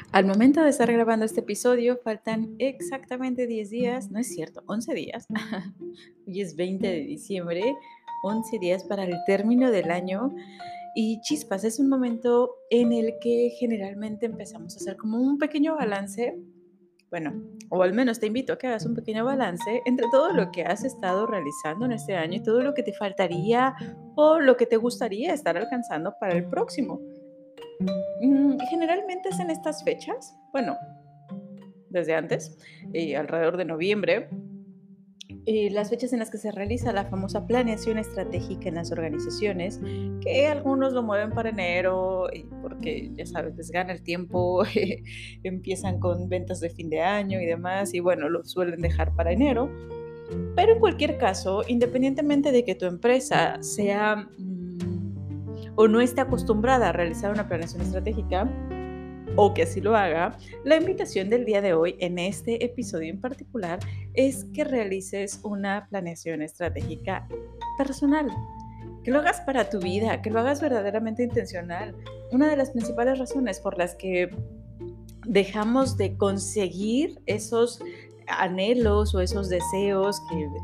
Al momento de estar grabando este episodio, faltan exactamente 10 días, no es cierto, 11 días. Hoy es 20 de diciembre, 11 días para el término del año. Y chispas, es un momento en el que generalmente empezamos a hacer como un pequeño balance. Bueno, o al menos te invito a que hagas un pequeño balance entre todo lo que has estado realizando en este año y todo lo que te faltaría o lo que te gustaría estar alcanzando para el próximo. Generalmente es en estas fechas, bueno, desde antes, alrededor de noviembre, las fechas en las que se realiza la famosa planeación estratégica en las organizaciones, que algunos lo mueven para enero, porque ya sabes, les gana el tiempo, empiezan con ventas de fin de año y demás, y bueno, lo suelen dejar para enero. Pero en cualquier caso, independientemente de que tu empresa sea o no esté acostumbrada a realizar una planeación estratégica, o que así lo haga, la invitación del día de hoy en este episodio en particular es que realices una planeación estratégica personal, que lo hagas para tu vida, que lo hagas verdaderamente intencional. Una de las principales razones por las que dejamos de conseguir esos anhelos o esos deseos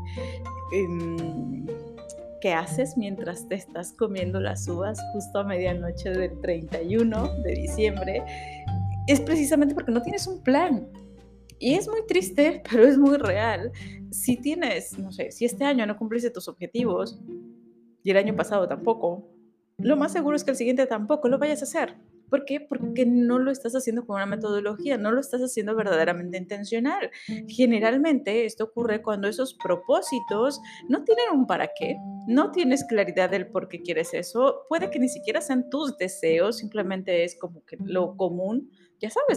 em, que haces mientras te estás comiendo las uvas justo a medianoche del 31 de diciembre, es precisamente porque no tienes un plan. Y es muy triste, pero es muy real. Si tienes, no sé, si este año no cumpliste tus objetivos y el año pasado tampoco, lo más seguro es que el siguiente tampoco lo vayas a hacer. ¿Por qué? Porque no lo estás haciendo con una metodología, no lo estás haciendo verdaderamente intencional. Generalmente esto ocurre cuando esos propósitos no tienen un para qué, no tienes claridad del por qué quieres eso, puede que ni siquiera sean tus deseos, simplemente es como que lo común, ya sabes,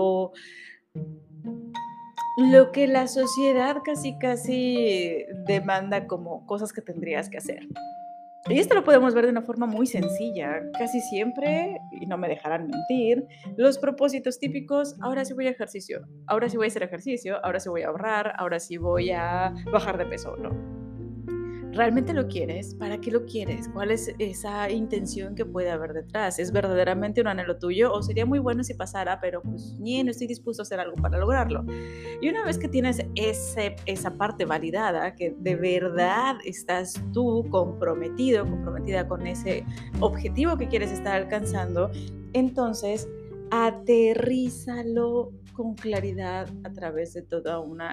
lo que la sociedad casi casi demanda como cosas que tendrías que hacer. Y esto lo podemos ver de una forma muy sencilla. Casi siempre, y no me dejarán mentir, los propósitos típicos, ahora sí voy a ejercicio, ahora sí voy a hacer ejercicio, ahora sí voy a ahorrar, ahora sí voy a bajar de peso, ¿no? ¿Realmente lo quieres? ¿Para qué lo quieres? ¿Cuál es esa intención que puede haber detrás? ¿Es verdaderamente un anhelo tuyo? ¿O sería muy bueno si pasara, pero pues ni no estoy dispuesto a hacer algo para lograrlo? Y una vez que tienes esa parte validada, que de verdad estás tú comprometido, comprometida con ese objetivo que quieres estar alcanzando, entonces aterrízalo con claridad a través de toda una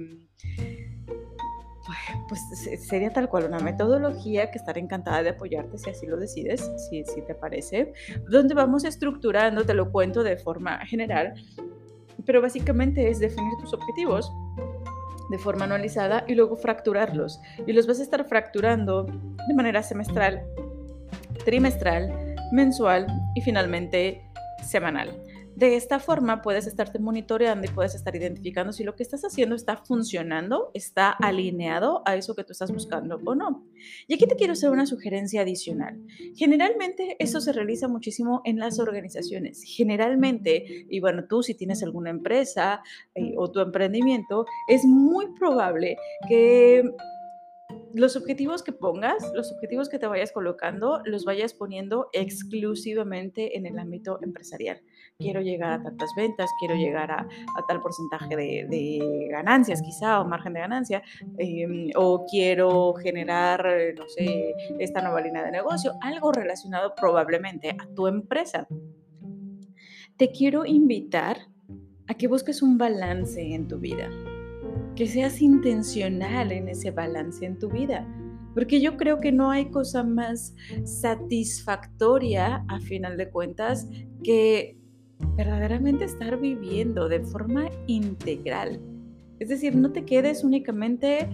pues sería tal cual una metodología que estaré encantada de apoyarte si así lo decides, si te parece, donde vamos estructurando, te lo cuento de forma general, pero básicamente es definir tus objetivos de forma anualizada y luego fracturarlos. Y los vas a estar fracturando de manera semestral, trimestral, mensual y finalmente semanal. De esta forma puedes estarte monitoreando y puedes estar identificando si lo que estás haciendo está funcionando, está alineado a eso que tú estás buscando o no. Y aquí te quiero hacer una sugerencia adicional. Generalmente eso se realiza muchísimo en las organizaciones. Generalmente, y bueno, tú si tienes alguna empresa o tu emprendimiento, es muy probable que los objetivos que pongas, los objetivos que te vayas colocando, los vayas poniendo exclusivamente en el ámbito empresarial. Quiero llegar a tantas ventas, quiero llegar a tal porcentaje de ganancias quizá o margen de ganancia, o quiero generar, no sé, esta nueva línea de negocio, algo relacionado probablemente a tu empresa. Te quiero invitar a que busques un balance en tu vida, que seas intencional en ese balance en tu vida, porque yo creo que no hay cosa más satisfactoria a final de cuentas que verdaderamente estar viviendo de forma integral. Es decir, no te quedes únicamente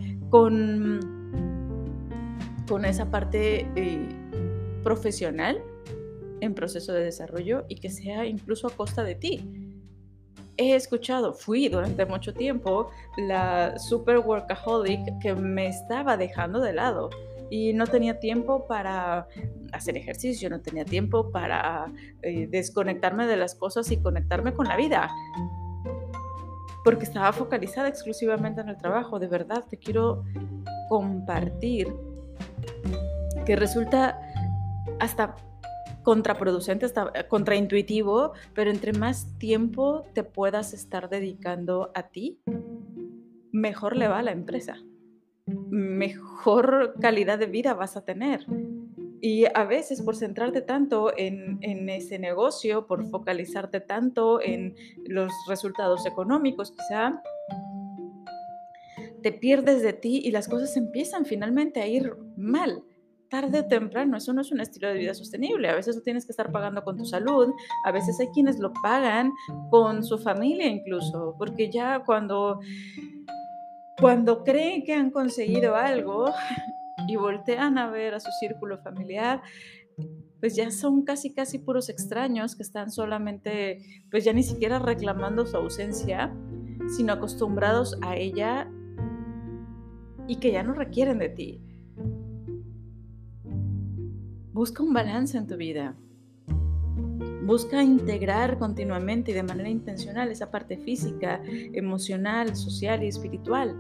con esa parte profesional en proceso de desarrollo y que sea incluso a costa de ti. He escuchado, fui durante mucho tiempo la super workaholic que me estaba dejando de lado y no tenía tiempo para hacer ejercicio, no tenía tiempo para desconectarme de las cosas y conectarme con la vida, porque estaba focalizada exclusivamente en el trabajo. De verdad, te quiero compartir que resulta hasta contraproducente, hasta contraintuitivo, pero entre más tiempo te puedas estar dedicando a ti, mejor le va a la empresa, mejor calidad de vida vas a tener. Y a veces por centrarte tanto en ese negocio, por focalizarte tanto en los resultados económicos, quizá te pierdes de ti y las cosas empiezan finalmente a ir mal. Tarde o temprano, eso no es un estilo de vida sostenible. A veces lo tienes que estar pagando con tu salud, a veces hay quienes lo pagan con su familia incluso, porque ya cuando creen que han conseguido algo y voltean a ver a su círculo familiar, pues ya son casi, casi puros extraños que están solamente, pues ya ni siquiera reclamando su ausencia, sino acostumbrados a ella y que ya no requieren de ti. Busca un balance en tu vida. Busca integrar continuamente y de manera intencional esa parte física, emocional, social y espiritual.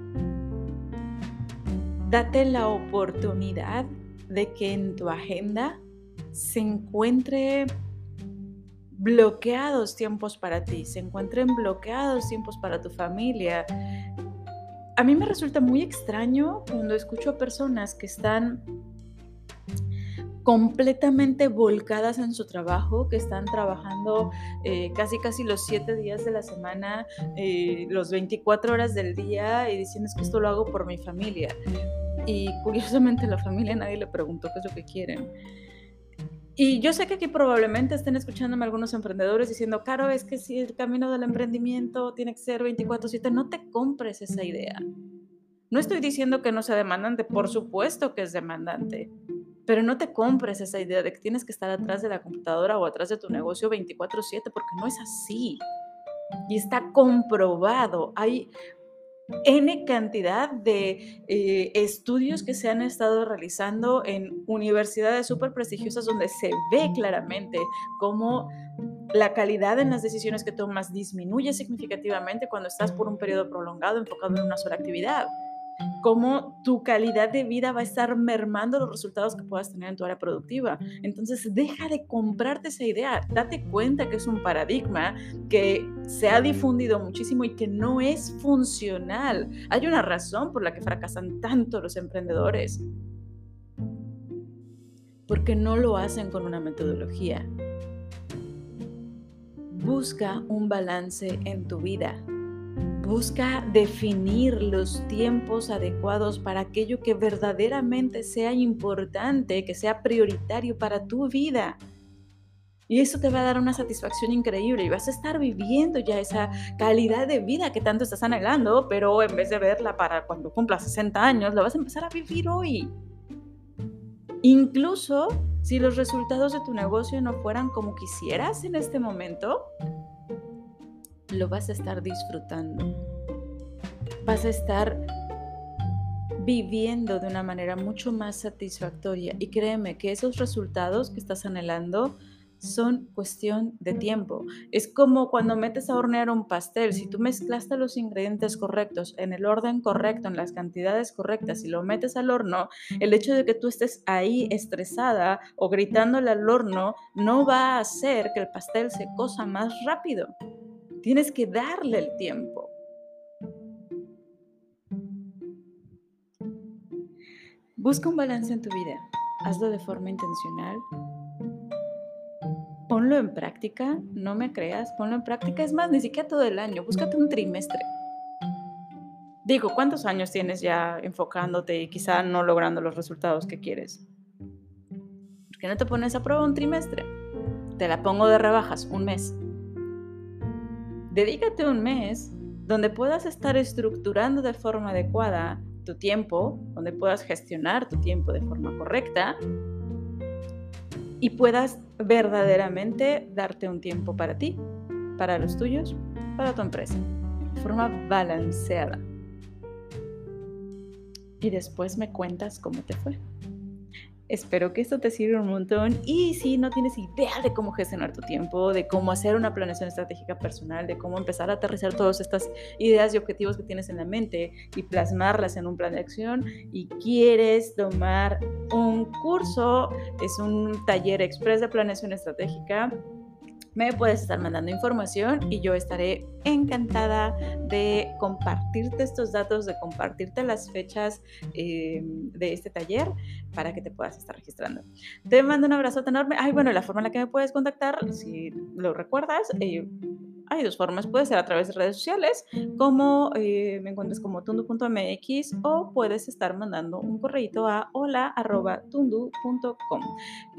Date la oportunidad de que en tu agenda se encuentre bloqueados tiempos para ti, se encuentren bloqueados tiempos para tu familia. A mí me resulta muy extraño cuando escucho a personas que están completamente volcadas en su trabajo, que están trabajando casi los 7 días de la semana, los 24 horas del día y diciendo es que esto lo hago por mi familia. Y curiosamente la familia nadie le preguntó qué es lo que quieren. Y yo sé que aquí probablemente estén escuchándome algunos emprendedores diciendo, Caro, es que si el camino del emprendimiento tiene que ser 24/7, no te compres esa idea. No estoy diciendo que no sea demandante, por supuesto que es demandante, pero no te compres esa idea de que tienes que estar atrás de la computadora o atrás de tu negocio 24/7, porque no es así. Y está comprobado. Hay N cantidad de estudios que se han estado realizando en universidades súper prestigiosas donde se ve claramente cómo la calidad en las decisiones que tomas disminuye significativamente cuando estás por un periodo prolongado enfocado en una sola actividad. Cómo tu calidad de vida va a estar mermando los resultados que puedas tener en tu área productiva. Entonces, deja de comprarte esa idea. Date cuenta que es un paradigma que se ha difundido muchísimo y que no es funcional. Hay una razón por la que fracasan tanto los emprendedores. Porque no lo hacen con una metodología. Busca un balance en tu vida. Busca definir los tiempos adecuados para aquello que verdaderamente sea importante, que sea prioritario para tu vida. Y eso te va a dar una satisfacción increíble y vas a estar viviendo ya esa calidad de vida que tanto estás anhelando, pero en vez de verla para cuando cumplas 60 años, la vas a empezar a vivir hoy. Incluso si los resultados de tu negocio no fueran como quisieras en este momento, lo vas a estar disfrutando. Vas a estar viviendo de una manera mucho más satisfactoria. Y créeme que esos resultados que estás anhelando son cuestión de tiempo. Es como cuando metes a hornear un pastel. Si tú mezclaste los ingredientes correctos, en el orden correcto, en las cantidades correctas, y lo metes al horno, el hecho de que tú estés ahí estresada o gritándole al horno no va a hacer que el pastel se cosa más rápido. Tienes que darle el tiempo. Busca un balance en tu vida. Hazlo de forma intencional. Ponlo en práctica. No me creas. Ponlo en práctica. Es más, ni siquiera todo el año. Búscate un trimestre. Digo, ¿cuántos años tienes ya enfocándote y quizá no logrando los resultados que quieres? ¿Por qué no te pones a prueba un trimestre? Te la pongo de rebajas, un mes. Dedícate un mes donde puedas estar estructurando de forma adecuada tu tiempo, donde puedas gestionar tu tiempo de forma correcta y puedas verdaderamente darte un tiempo para ti, para los tuyos, para tu empresa, de forma balanceada. Y después me cuentas cómo te fue. Espero que esto te sirva un montón y si no tienes idea de cómo gestionar tu tiempo, de cómo hacer una planeación estratégica personal, de cómo empezar a aterrizar todas estas ideas y objetivos que tienes en la mente y plasmarlas en un plan de acción y quieres tomar un curso, es un taller express de planeación estratégica, me puedes estar mandando información y yo estaré encantada de compartirte estos datos, de compartirte las fechas de este taller para que te puedas estar registrando. Te mando un abrazote enorme. Ay, bueno, la forma en la que me puedes contactar, si lo recuerdas, hay dos formas. Puede ser a través de redes sociales, como me encuentras como tundu.mx o puedes estar mandando un correito a hola@tundu.com.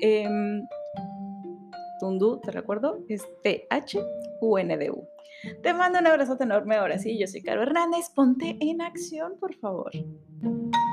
Tundu, te recuerdo, es THUNDU. Te mando un abrazote enorme. Ahora sí, yo soy Caro Hernández. Ponte en acción, por favor.